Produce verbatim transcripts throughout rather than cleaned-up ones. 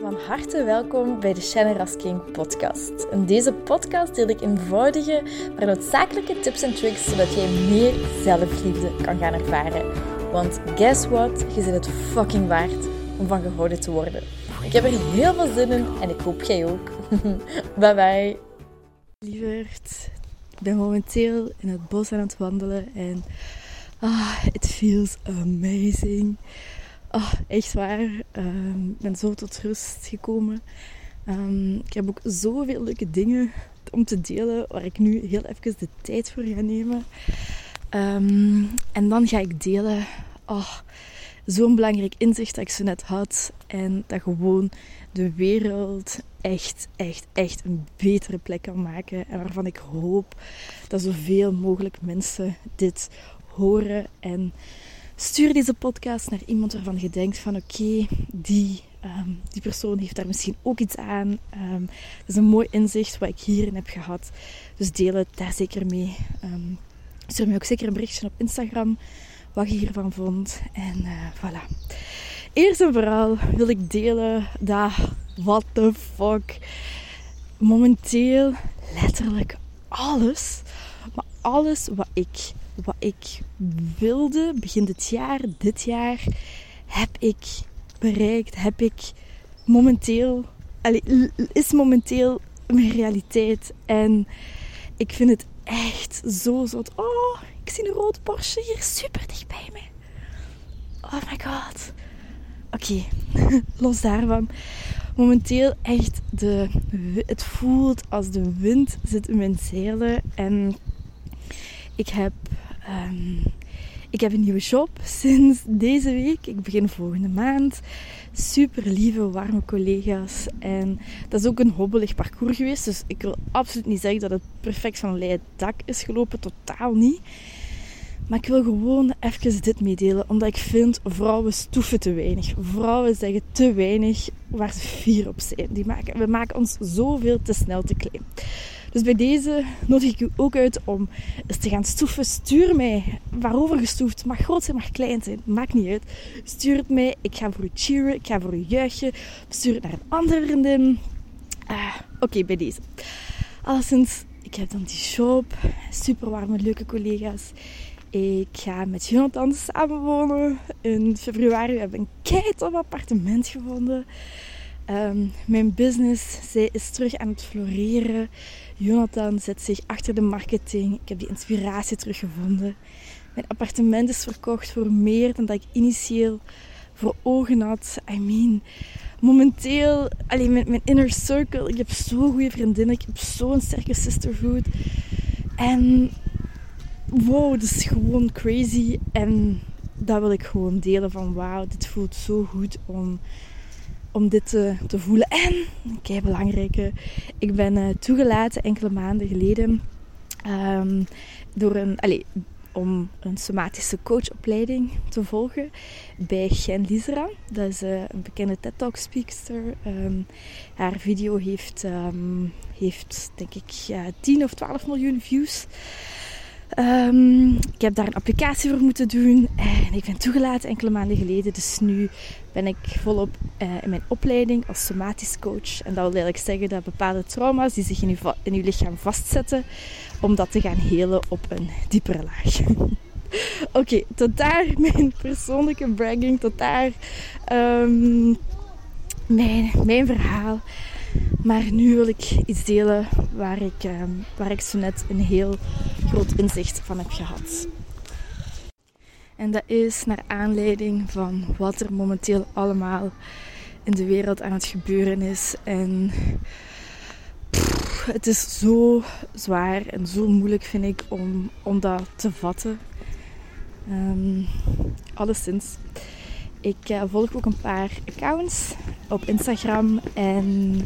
Van harte welkom bij de Shine Rasking podcast. In deze podcast deel ik eenvoudige, maar noodzakelijke tips en tricks zodat jij meer zelfliefde kan gaan ervaren. Want guess what? Je bent het fucking waard om van gehouden te worden. Ik heb er heel veel zin in en ik hoop jij ook. Bye bye. Lieverd, ik ben momenteel in het bos aan het wandelen en ah, it feels amazing. Oh, echt waar. Um, ik ben zo tot rust gekomen. Um, ik heb ook zoveel leuke dingen om te delen, waar ik nu heel even de tijd voor ga nemen. Um, en dan ga ik delen oh, zo'n belangrijk inzicht dat ik zo net had. En dat gewoon de wereld echt, echt, echt een betere plek kan maken. En waarvan ik hoop dat zoveel mogelijk mensen dit horen. En stuur deze podcast naar iemand waarvan je denkt van oké, okay, die, um, die persoon heeft daar misschien ook iets aan. Um, dat is een mooi inzicht wat ik hierin heb gehad. Dus deel het daar zeker mee. Um, stuur me ook zeker een berichtje op Instagram wat je hiervan vond. En uh, voilà. Eerst en vooral wil ik delen dat, what the fuck, momenteel letterlijk alles, maar alles wat ik... Wat ik wilde begin dit jaar, dit jaar, heb ik bereikt, heb ik momenteel, allez, is momenteel mijn realiteit. En ik vind het echt zo zot. Oh, ik zie een rood Porsche hier super dicht bij me. Oh my god. Oké, okay. Los daarvan. Momenteel echt, de, het voelt als de wind zit in mijn zeilen. En ik heb... Um, ik heb een nieuwe job sinds deze week. Ik begin volgende maand. Super lieve, warme collega's. En dat is ook een hobbelig parcours geweest. Dus ik wil absoluut niet zeggen dat het perfect van een leien dak is gelopen. Totaal niet. Maar ik wil gewoon even dit meedelen. Omdat ik vind, vrouwen stoeven te weinig. Vrouwen zeggen te weinig waar ze fier op zijn. Die maken, we maken ons zoveel te snel te klein. Dus bij deze nodig ik u ook uit om eens te gaan stoeven. Stuur mij waarover gestoefd. Mag groot zijn, mag klein zijn. Maakt niet uit. Stuur het mij. Ik ga voor u cheeren. Ik ga voor u juichen. Stuur het naar een andere vriendin. Ah, Oké, okay, bij deze. Alleszins, ik heb dan die job. Super warme, leuke collega's. Ik ga met Jonathan samenwonen. In februari we hebben we een keitof appartement gevonden. Um, mijn business, zij is terug aan het floreren. Jonathan zet zich achter de marketing. Ik heb die inspiratie teruggevonden. Mijn appartement is verkocht voor meer dan dat ik initieel voor ogen had. I mean, momenteel, alleen mijn, mijn inner circle. Ik heb zo'n goede vriendinnen. Ik heb zo'n sterke sisterhood. En wow, dat is gewoon crazy. En dat wil ik gewoon delen van wauw, dit voelt zo goed om... om dit te, te voelen. En, kei belangrijke, ik ben uh, toegelaten enkele maanden geleden um, door een, allez, om een somatische coachopleiding te volgen bij Gen Liesera. Dat is uh, een bekende TED Talk speakster. Um, haar video heeft, um, heeft denk ik, ja, tien of twaalf miljoen views. Um, ik heb daar een applicatie voor moeten doen en ik ben toegelaten enkele maanden geleden. Dus nu ben ik volop uh, in mijn opleiding als somatisch coach. En dat wil eigenlijk zeggen dat bepaalde trauma's die zich in uw, va- in uw lichaam vastzetten, om dat te gaan helen op een diepere laag. Oké, okay, tot daar mijn persoonlijke bragging, tot daar um, mijn, mijn verhaal. Maar nu wil ik iets delen waar ik, uh, waar ik zo net een heel groot inzicht van heb gehad. En dat is naar aanleiding van wat er momenteel allemaal in de wereld aan het gebeuren is. En pff, het is zo zwaar en zo moeilijk, vind ik, om, om dat te vatten. Um, alleszins. Ik uh, volg ook een paar accounts op Instagram en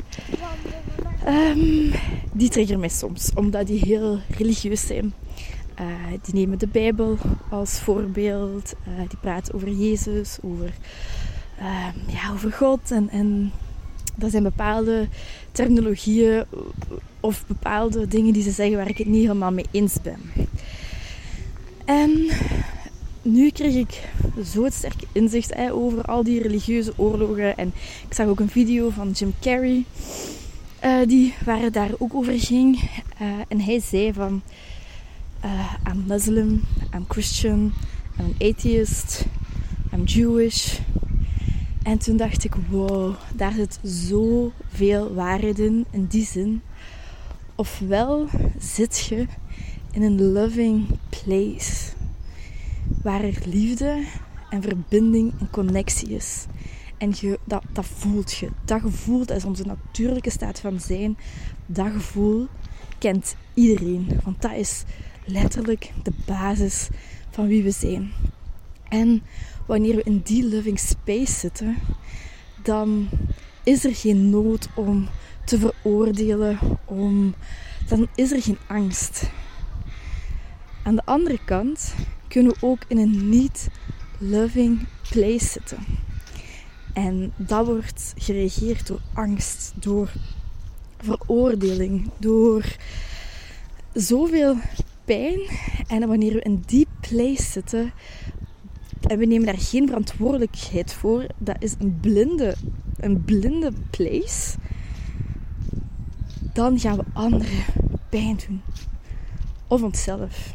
um, die triggeren mij soms, omdat die heel religieus zijn. Uh, die nemen de Bijbel als voorbeeld, uh, die praten over Jezus, over, uh, ja, over God en, en dat zijn bepaalde terminologieën of bepaalde dingen die ze zeggen waar ik het niet helemaal mee eens ben. En nu kreeg ik zo het sterke inzicht hè, over al die religieuze oorlogen. En ik zag ook een video van Jim Carrey, uh, die, waar het daar ook over ging. Uh, en hij zei van, uh, I'm Muslim, I'm Christian, I'm an atheist, I'm Jewish. En toen dacht ik, wow, daar zit zoveel waarheid in, in die zin. Ofwel zit je in een loving place, waar er liefde en verbinding en connectie is. En je, dat, dat voelt je. Dat gevoel, dat is onze natuurlijke staat van zijn. Dat gevoel kent iedereen. Want dat is letterlijk de basis van wie we zijn. En wanneer we in die living space zitten, dan is er geen nood om te veroordelen. Om, dan is er geen angst. Aan de andere kant kunnen we ook in een niet-loving place zitten. En dat wordt geregeerd door angst, door veroordeling, door zoveel pijn. En wanneer we in die place zitten en we nemen daar geen verantwoordelijkheid voor, dat is een blinde, een blinde place, dan gaan we anderen pijn doen. Of onszelf.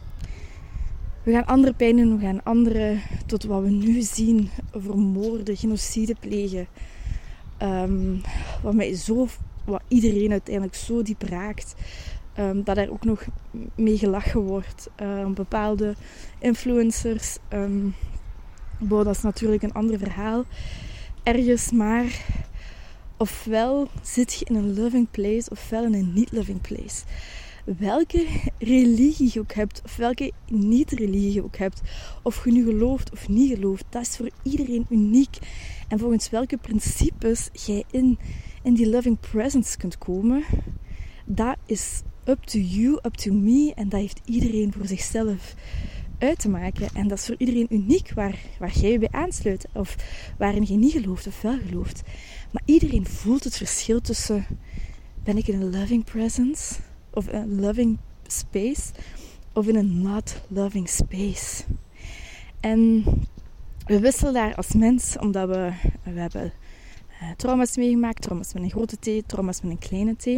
We gaan anderen pijn doen, we gaan anderen, tot wat we nu zien, vermoorden, genocide plegen. Um, wat mij zo, wat iedereen uiteindelijk zo diep raakt, um, dat er ook nog mee gelachen wordt. Um, bepaalde influencers, um, boh, dat is natuurlijk een ander verhaal, ergens, maar ofwel zit je in een loving place, ofwel in een niet-loving place. Welke religie je ook hebt, of welke niet-religie je ook hebt, of je nu gelooft of niet gelooft, dat is voor iedereen uniek. En volgens welke principes jij in, in die loving presence kunt komen, dat is up to you, up to me, en dat heeft iedereen voor zichzelf uit te maken. En dat is voor iedereen uniek waar, waar jij je bij aansluit, of waarin je niet gelooft of wel gelooft. Maar iedereen voelt het verschil tussen, ben ik in een loving presence, of een loving space, of in een not loving space. En we wisselen daar als mens, omdat we, we hebben uh, trauma's meegemaakt, trauma's met een grote T, trauma's met een kleine T.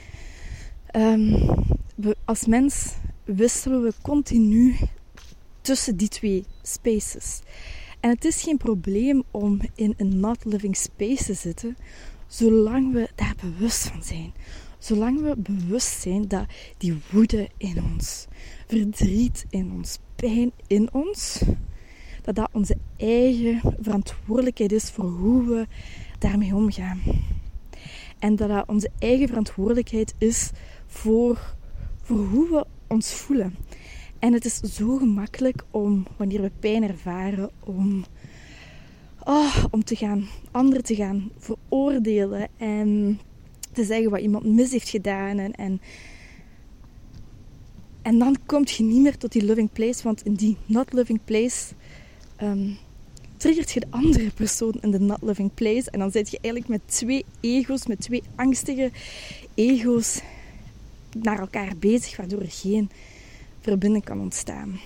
Um, we, als mens wisselen we continu tussen die twee spaces. En het is geen probleem om in een not living space te zitten, zolang we daar bewust van zijn. Zolang we bewust zijn dat die woede in ons, verdriet in ons, pijn in ons, dat dat onze eigen verantwoordelijkheid is voor hoe we daarmee omgaan. En dat dat onze eigen verantwoordelijkheid is voor, voor hoe we ons voelen. En het is zo gemakkelijk om, wanneer we pijn ervaren, om, oh, om te gaan, anderen te gaan veroordelen en te zeggen wat iemand mis heeft gedaan. En, en, en dan kom je niet meer tot die loving place, want in die not loving place um, triggert je de andere persoon in de not loving place. En dan zit je eigenlijk met twee ego's, met twee angstige ego's naar elkaar bezig, waardoor er geen verbinding kan ontstaan.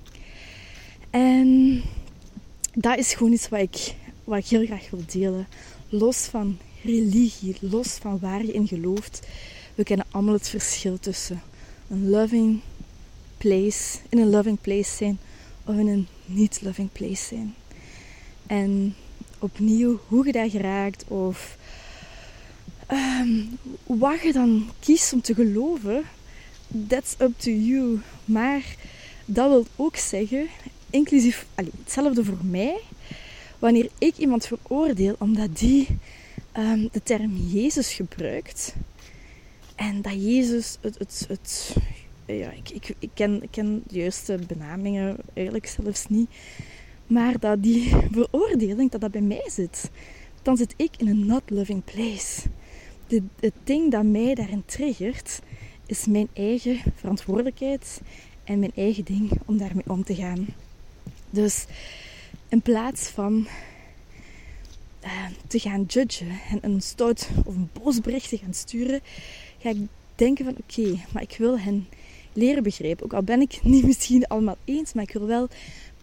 En dat is gewoon iets wat ik, wat ik heel graag wil delen. Los van religie, los van waar je in gelooft. We kennen allemaal het verschil tussen een loving place, in een loving place zijn, of in een niet loving place zijn. En opnieuw, hoe je daar geraakt, of um, wat je dan kiest om te geloven, that's up to you. Maar dat wil ook zeggen, inclusief, allez, hetzelfde voor mij, wanneer ik iemand veroordeel omdat die um, de term Jezus gebruikt, en dat Jezus het, het, het ja, ik, ik, ik, ken, ik ken de juiste benamingen eigenlijk zelfs niet, maar dat die veroordeling, dat dat bij mij zit, dan zit ik in een not loving place. De, het ding dat mij daarin triggert, is mijn eigen verantwoordelijkheid en mijn eigen ding om daarmee om te gaan. Dus in plaats van uh, te gaan judgen en een stout of een boos bericht te gaan sturen, ga ik denken van oké, okay, maar ik wil hen leren begrijpen. Ook al ben ik niet misschien allemaal eens, maar ik wil wel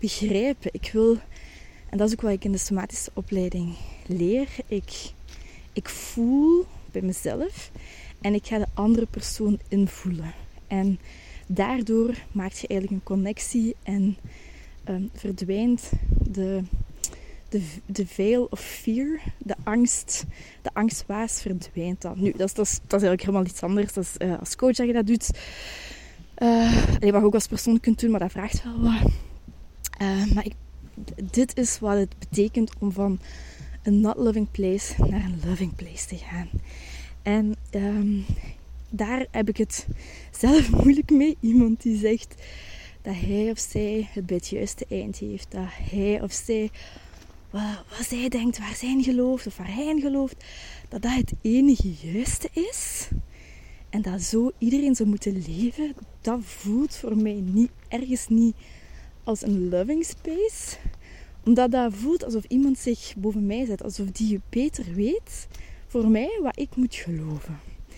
begrijpen. Ik wil, en dat is ook wat ik in de somatische opleiding leer. Ik, ik voel bij mezelf en ik ga de andere persoon invoelen. En daardoor maak je eigenlijk een connectie en um, verdwijnt de, de, de veil of fear, de angst, de angstwaas verdwijnt dan. Nu, dat is, dat is, dat is eigenlijk helemaal iets anders. Dat is uh, als coach dat je dat doet. Uh, wat je ook als persoon kunt doen, maar dat vraagt wel wat. Uh, maar ik, dit is wat het betekent om van een not loving place naar een loving place te gaan. En um, daar heb ik het zelf moeilijk mee. Iemand die zegt dat hij of zij het bij het juiste eind heeft. Dat hij of zij, wat, wat zij denkt, waar zij in gelooft of waar hij in gelooft, dat dat het enige juiste is. En dat zo iedereen zou moeten leven, dat voelt voor mij niet, ergens niet als een loving space. Omdat dat voelt alsof iemand zich boven mij zet. Alsof die beter weet voor mij wat ik moet geloven.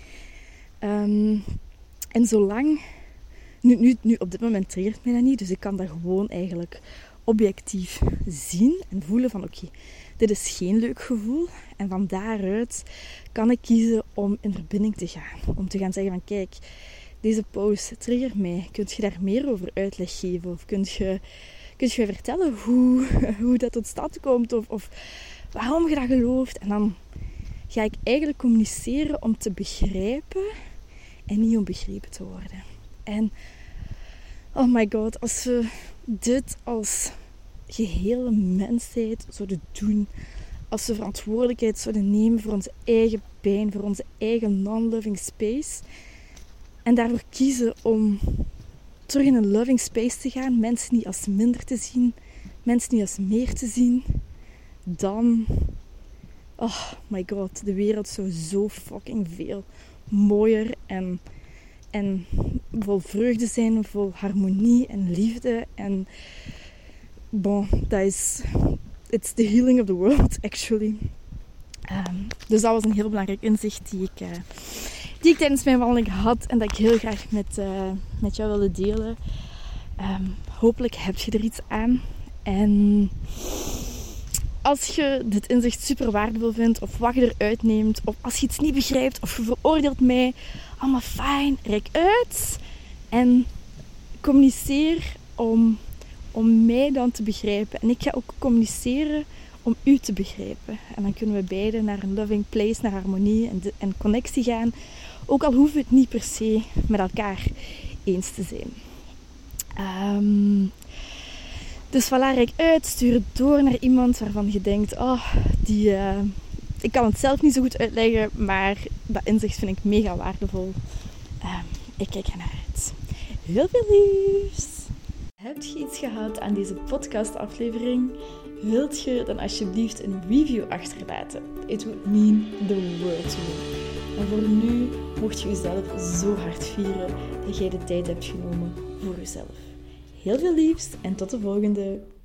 Um, en zolang... Nu, nu, nu op dit moment triggert mij dat niet. Dus ik kan dat gewoon eigenlijk objectief zien en voelen van oké, okay, dit is geen leuk gevoel. En van daaruit kan ik kiezen om in verbinding te gaan. Om te gaan zeggen van kijk, deze post triggert mij. Kunt je daar meer over uitleg geven? Of kunt je, kunt je vertellen hoe, hoe dat tot stand komt? Of, of waarom je dat gelooft? En dan ga ik eigenlijk communiceren om te begrijpen en niet om begrepen te worden. En oh my god, als we dit als gehele mensheid zouden doen, als we verantwoordelijkheid zouden nemen voor onze eigen pijn, voor onze eigen non-loving space, en daarvoor kiezen om terug in een loving space te gaan, mensen niet als minder te zien, mensen niet als meer te zien, dan, oh my god, de wereld zou zo fucking veel mooier en, en vol vreugde zijn, vol harmonie en liefde. En bon, dat is, it's the healing of the world, actually. Um, dus dat was een heel belangrijk inzicht die ik, uh, die ik tijdens mijn wandeling had en dat ik heel graag met, uh, met jou wilde delen. Um, hopelijk heb je er iets aan. En als je dit inzicht super waardevol vindt, of wat je eruit neemt, of als je iets niet begrijpt, of je veroordeelt mij, allemaal fijn, reik uit en communiceer om, om mij dan te begrijpen. En ik ga ook communiceren om u te begrijpen. En dan kunnen we beiden naar een loving place, naar harmonie en, de, en connectie gaan. Ook al hoeven we het niet per se met elkaar eens te zijn. Um, dus voilà, reik uit, stuur het door naar iemand waarvan je denkt, oh, die, uh, ik kan het zelf niet zo goed uitleggen, maar dat inzicht vind ik mega waardevol. Um, ik kijk er naar uit. Heel veel liefs! Heb je iets gehad aan deze podcastaflevering? Wilt je dan alsjeblieft een review achterlaten? It would mean the world to me. En voor nu mocht je jezelf zo hard vieren dat jij de tijd hebt genomen voor jezelf. Heel veel liefs en tot de volgende!